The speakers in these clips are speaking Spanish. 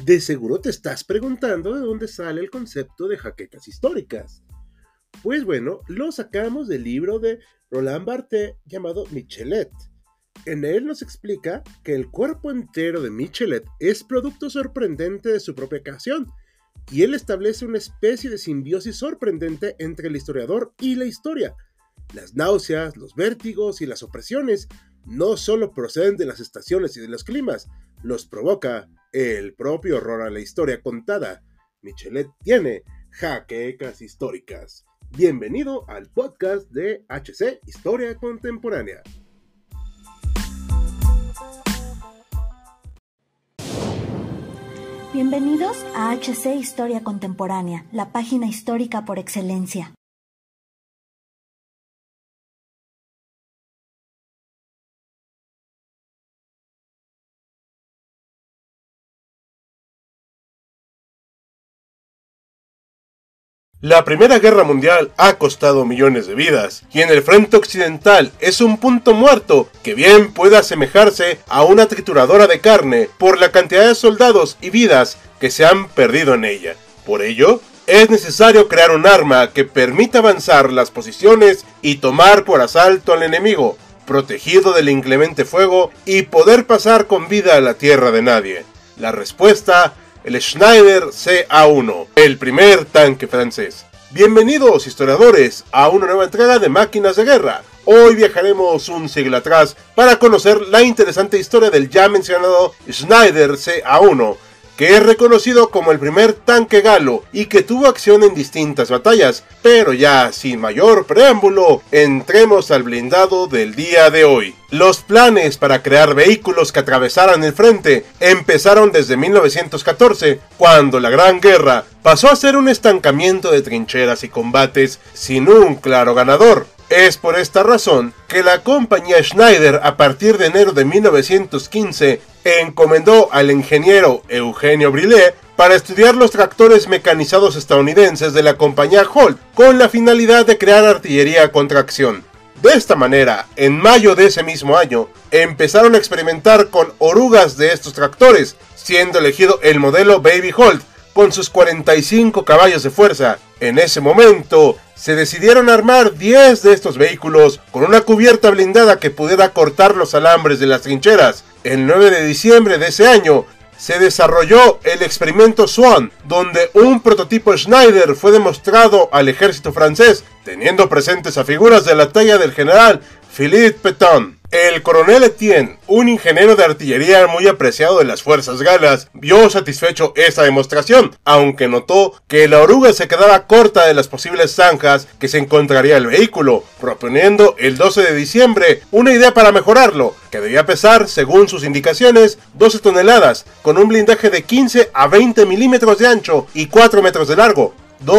De seguro te estás preguntando de dónde sale el concepto de jaquecas históricas. Pues bueno, lo sacamos del libro de Roland Barthes llamado Michelet. En él nos explica que el cuerpo entero de Michelet es producto sorprendente de su propia creación, y él establece una especie de simbiosis sorprendente entre el historiador y la historia. Las náuseas, los vértigos y las opresiones no solo proceden de las estaciones y de los climas, los provoca el propio horror a la historia contada. Michelet tiene jaquecas históricas. Bienvenido al podcast de HC Historia Contemporánea. Bienvenidos a HC Historia Contemporánea, la página histórica por excelencia. La Primera Guerra Mundial ha costado millones de vidas, y en el frente occidental es un punto muerto que bien puede asemejarse a una trituradora de carne por la cantidad de soldados y vidas que se han perdido en ella. Por ello, es necesario crear un arma que permita avanzar las posiciones y tomar por asalto al enemigo, protegido del inclemente fuego, y poder pasar con vida a la tierra de nadie. La respuesta: el Schneider CA1, el primer tanque francés. Bienvenidos, historiadores, a una nueva entrega de Máquinas de Guerra. Hoy viajaremos un siglo atrás para conocer la interesante historia del ya mencionado Schneider CA1, que es reconocido como el primer tanque galo y que tuvo acción en distintas batallas. Pero ya sin mayor preámbulo, entremos al blindado del día de hoy. Los planes para crear vehículos que atravesaran el frente empezaron desde 1914, cuando la Gran Guerra pasó a ser un estancamiento de trincheras y combates sin un claro ganador. Es por esta razón que la compañía Schneider, a partir de enero de 1915, encomendó al ingeniero Eugenio Brillet para estudiar los tractores mecanizados estadounidenses de la compañía Holt, con la finalidad de crear artillería con tracción. De esta manera, en mayo de ese mismo año, empezaron a experimentar con orugas de estos tractores, siendo elegido el modelo Baby Holt, con sus 45 caballos de fuerza. En ese momento, se decidieron armar 10 de estos vehículos con una cubierta blindada que pudiera cortar los alambres de las trincheras. El 9 de diciembre de ese año, se desarrolló el experimento Swan, donde un prototipo Schneider fue demostrado al ejército francés, teniendo presentes a figuras de la talla del general Philippe Pétain. El coronel Etienne, un ingeniero de artillería muy apreciado de las fuerzas galas, vio satisfecho esta demostración, aunque notó que la oruga se quedaba corta de las posibles zanjas que se encontraría el vehículo, proponiendo el 12 de diciembre una idea para mejorarlo, que debía pesar, según sus indicaciones, 12 toneladas, con un blindaje de 15 a 20 milímetros de ancho y 4 metros de largo,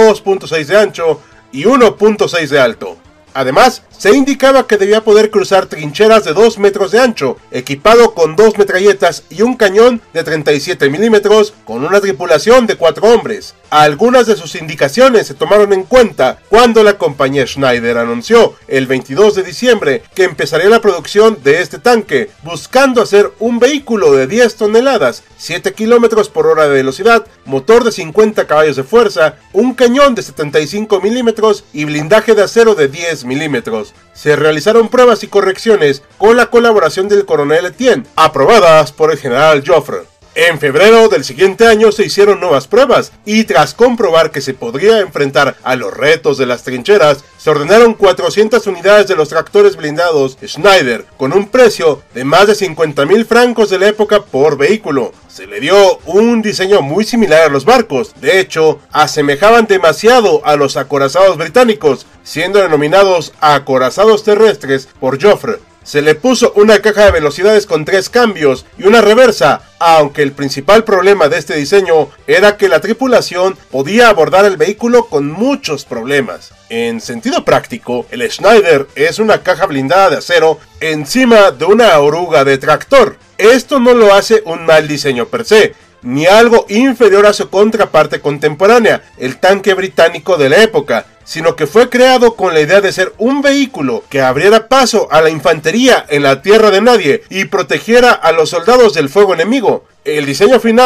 2.6 de ancho y 1.6 de alto. Además, se indicaba que debía poder cruzar trincheras de 2 metros de ancho, equipado con 2 metralletas y un cañón de 37 milímetros, con una tripulación de 4 hombres. Algunas de sus indicaciones se tomaron en cuenta cuando la compañía Schneider anunció el 22 de diciembre que empezaría la producción de este tanque, buscando hacer un vehículo de 10 toneladas, 7 kilómetros por hora de velocidad, motor de 50 caballos de fuerza, un cañón de 75 milímetros y blindaje de acero de 10 milímetros. Se realizaron pruebas y correcciones con la colaboración del coronel Etienne, aprobadas por el general Joffre. En febrero del siguiente año se hicieron nuevas pruebas, y tras comprobar que se podría enfrentar a los retos de las trincheras, se ordenaron 400 unidades de los tractores blindados Schneider, con un precio de más de 50.000 francos de la época por vehículo. Se le dio un diseño muy similar a los barcos. De hecho, asemejaban demasiado a los acorazados británicos, siendo denominados acorazados terrestres por Joffre. Se le puso una caja de velocidades con 3 cambios y una reversa, aunque el principal problema de este diseño era que la tripulación podía abordar el vehículo con muchos problemas. En sentido práctico, el Schneider es una caja blindada de acero encima de una oruga de tractor. Esto no lo hace un mal diseño per se, ni algo inferior a su contraparte contemporánea, el tanque británico de la época, sino que fue creado con la idea de ser un vehículo que abriera paso a la infantería en la tierra de nadie y protegiera a los soldados del fuego enemigo. El diseño final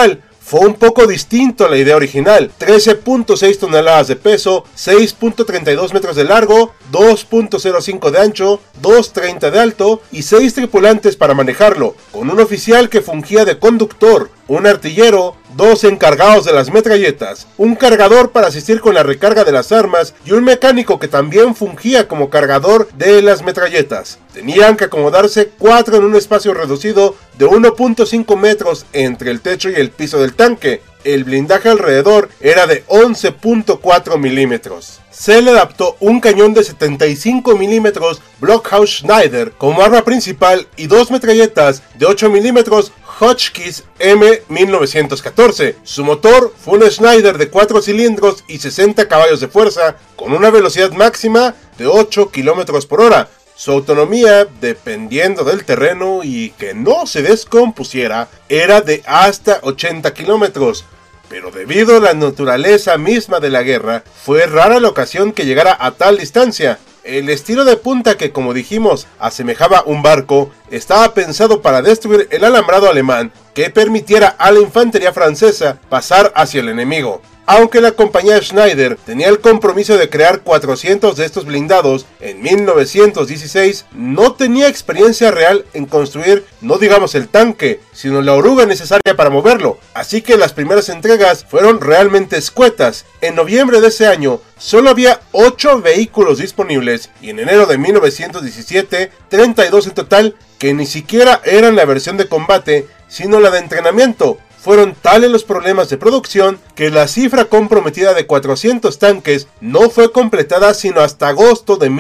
fue un poco distinto a la idea original: 13.6 toneladas de peso, 6.32 metros de largo, 2.05 de ancho, 2.30 de alto y 6 tripulantes para manejarlo, con un oficial que fungía de conductor, un artillero, 2 encargados de las metralletas, un cargador para asistir con la recarga de las armas y un mecánico que también fungía como cargador de las metralletas. Tenían que acomodarse 4 en un espacio reducido de 1.5 metros entre el techo y el piso del tanque. El blindaje alrededor era de 11.4 milímetros. Se le adaptó un cañón de 75 milímetros Blockhaus Schneider como arma principal y 2 metralletas de 8 milímetros Hotchkiss M1914. Su motor fue un Schneider de 4 cilindros y 60 caballos de fuerza, con una velocidad máxima de 8 km por hora. Su autonomía, dependiendo del terreno y que no se descompusiera, era de hasta 80 kilómetros. Pero debido a la naturaleza misma de la guerra, fue rara la ocasión que llegara a tal distancia. El estilo de punta, que como dijimos asemejaba un barco, estaba pensado para destruir el alambrado alemán que permitiera a la infantería francesa pasar hacia el enemigo. Aunque la compañía Schneider tenía el compromiso de crear 400 de estos blindados en 1916, no tenía experiencia real en construir, no digamos el tanque, sino la oruga necesaria para moverlo, así que las primeras entregas fueron realmente escuetas. En noviembre de ese año solo había 8 vehículos disponibles y en enero de 1917 32 en total, que ni siquiera eran la versión de combate sino la de entrenamiento. Fueron tales los problemas de producción que la cifra comprometida de 400 tanques no fue completada sino hasta agosto de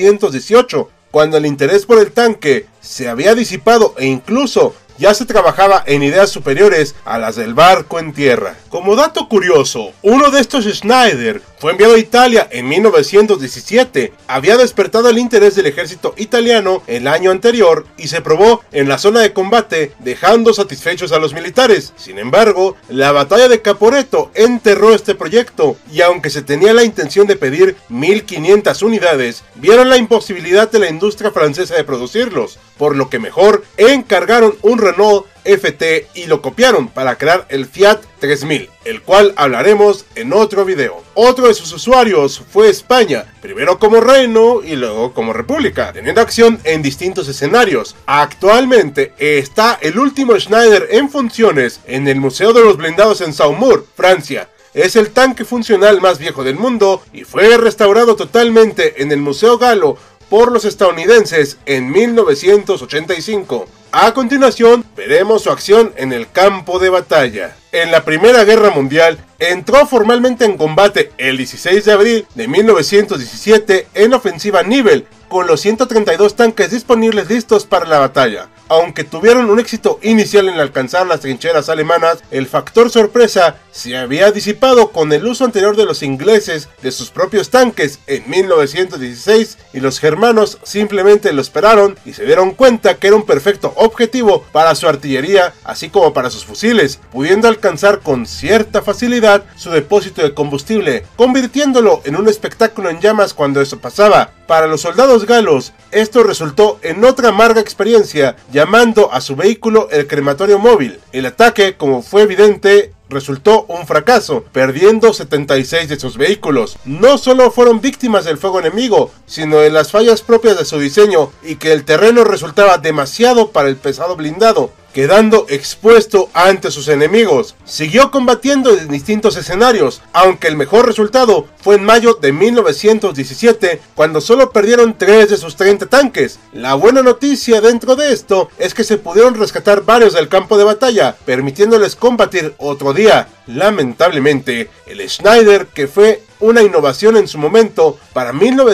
1918, cuando el interés por el tanque se había disipado e incluso ya se trabajaba en ideas superiores a las del barco en tierra. Como dato curioso, uno de estos Schneider fue enviado a Italia en 1917. Había despertado el interés del ejército italiano el año anterior y se probó en la zona de combate, dejando satisfechos a los militares. Sin embargo, la batalla de Caporetto enterró este proyecto y aunque se tenía la intención de pedir 1500 unidades, vieron la imposibilidad de la industria francesa de producirlos, por lo que mejor encargaron un Renault FT y lo copiaron para crear el Fiat 3000, el cual hablaremos en otro video. Otro de sus usuarios fue España, primero como reino y luego como república, teniendo acción en distintos escenarios. Actualmente está el último Schneider en funciones en el Museo de los Blindados en Saumur, Francia. Es el tanque funcional más viejo del mundo y fue restaurado totalmente en el Museo Galo por los estadounidenses en 1985. A continuación, veremos su acción en el campo de batalla. En la Primera Guerra Mundial, entró formalmente en combate el 16 de abril de 1917 en ofensiva Nivelle, con los 132 tanques disponibles listos para la batalla. Aunque tuvieron un éxito inicial en alcanzar las trincheras alemanas, el factor sorpresa se había disipado con el uso anterior de los ingleses de sus propios tanques en 1916 y los germanos simplemente lo esperaron y se dieron cuenta que era un perfecto objetivo para su artillería así como para sus fusiles, pudiendo alcanzar con cierta facilidad su depósito de combustible, convirtiéndolo en un espectáculo en llamas cuando eso pasaba. Para los soldados galos, esto resultó en otra amarga experiencia, llamando a su vehículo el crematorio móvil. El ataque, como fue evidente, resultó un fracaso, perdiendo 76 de sus vehículos. No solo fueron víctimas del fuego enemigo, sino de las fallas propias de su diseño y que el terreno resultaba demasiado para el pesado blindado, quedando expuesto ante sus enemigos. Siguió combatiendo en distintos escenarios, aunque el mejor resultado fue en mayo de 1917, cuando solo perdieron 3 de sus 30 tanques. La buena noticia dentro de esto es que se pudieron rescatar varios del campo de batalla, permitiéndoles combatir otro día. Lamentablemente, el Schneider, que fue una innovación en su momento, para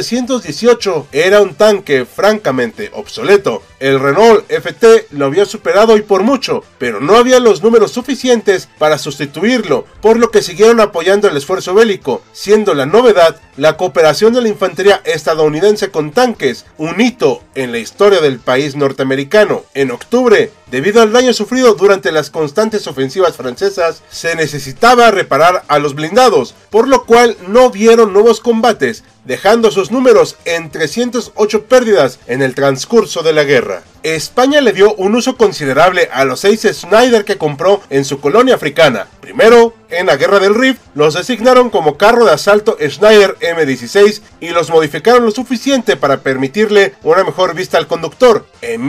1918 era un tanque francamente obsoleto. El Renault FT lo había superado y por mucho, pero no había los números suficientes para sustituirlo, por lo que siguieron apoyando el esfuerzo bélico, siendo la novedad la cooperación de la infantería estadounidense con tanques, un hito en la historia del país norteamericano. En octubre, debido al daño sufrido durante las constantes ofensivas francesas, se necesitaba reparar a los blindados, por lo cual no vieron nuevos combates, dejando sus números en 308 pérdidas en el transcurso de la guerra. España le dio un uso considerable a los 6 Schneider que compró en su colonia africana. Primero, en la Guerra del Rif, los designaron como carro de asalto Schneider M16 y los modificaron lo suficiente para permitirle una mejor vista al conductor. En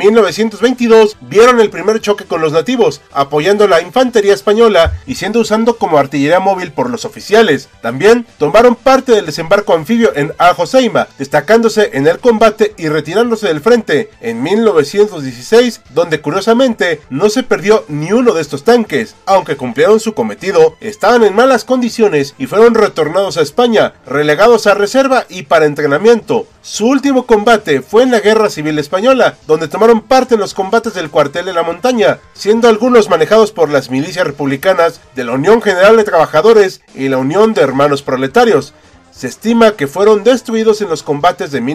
1922 vieron el primer choque con los nativos, apoyando la infantería española y siendo usado como artillería móvil por los oficiales. También tomaron parte del desembarco anfibio en Al Hoceima, destacándose en el combate y retirándose del frente en 1916, donde curiosamente no se perdió ni uno de estos tanques. Aunque cumplieron su cometido, estaban en malas condiciones y fueron retornados a España, relegados a reserva y para entrenamiento. Su último combate fue en la Guerra Civil Española, donde tomaron parte en los combates del cuartel de la montaña, siendo algunos manejados por las milicias republicanas de la Unión General de Trabajadores y la Unión de Hermanos Proletarios. Se estima que fueron destruidos en los combates de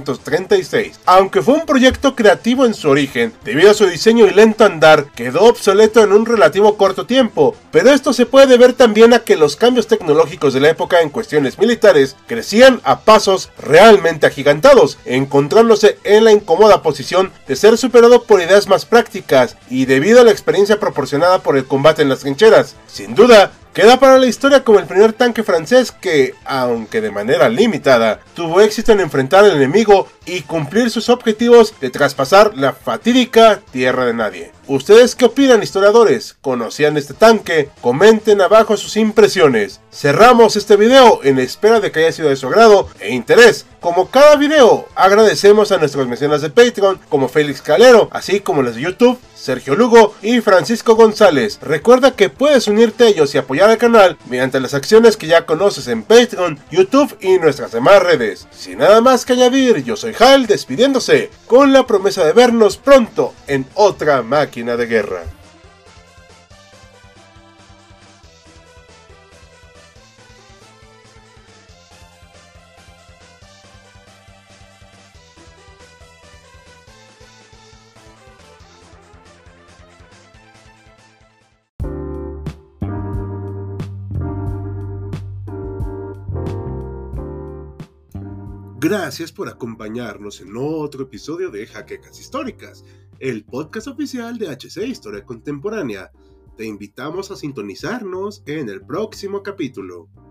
1936. Aunque fue un proyecto creativo en su origen, debido a su diseño y lento andar, quedó obsoleto en un relativo corto tiempo, pero esto se puede deber también a que los cambios tecnológicos de la época en cuestiones militares crecían a pasos realmente agigantados, encontrándose en la incómoda posición de ser superado por ideas más prácticas y debido a la experiencia proporcionada por el combate en las trincheras. Sin duda, queda para la historia como el primer tanque francés que, aunque de manera limitada, tuvo éxito en enfrentar al enemigo y cumplir sus objetivos de traspasar la fatídica Tierra de Nadie. ¿Ustedes qué opinan, historiadores? ¿Conocían este tanque? Comenten abajo sus impresiones. Cerramos este video en espera de que haya sido de su agrado e interés. Como cada video, agradecemos a nuestros mecenas de Patreon como Félix Calero, así como los de YouTube, Sergio Lugo y Francisco González. Recuerda que puedes unirte a ellos y apoyar al canal mediante las acciones que ya conoces en Patreon, YouTube y nuestras demás redes. Sin nada más que añadir, yo soy Hal despidiéndose con la promesa de vernos pronto en otra máquina de guerra. Gracias por acompañarnos en otro episodio de Jaquecas Históricas, el podcast oficial de HC Historia Contemporánea. Te invitamos a sintonizarnos en el próximo capítulo.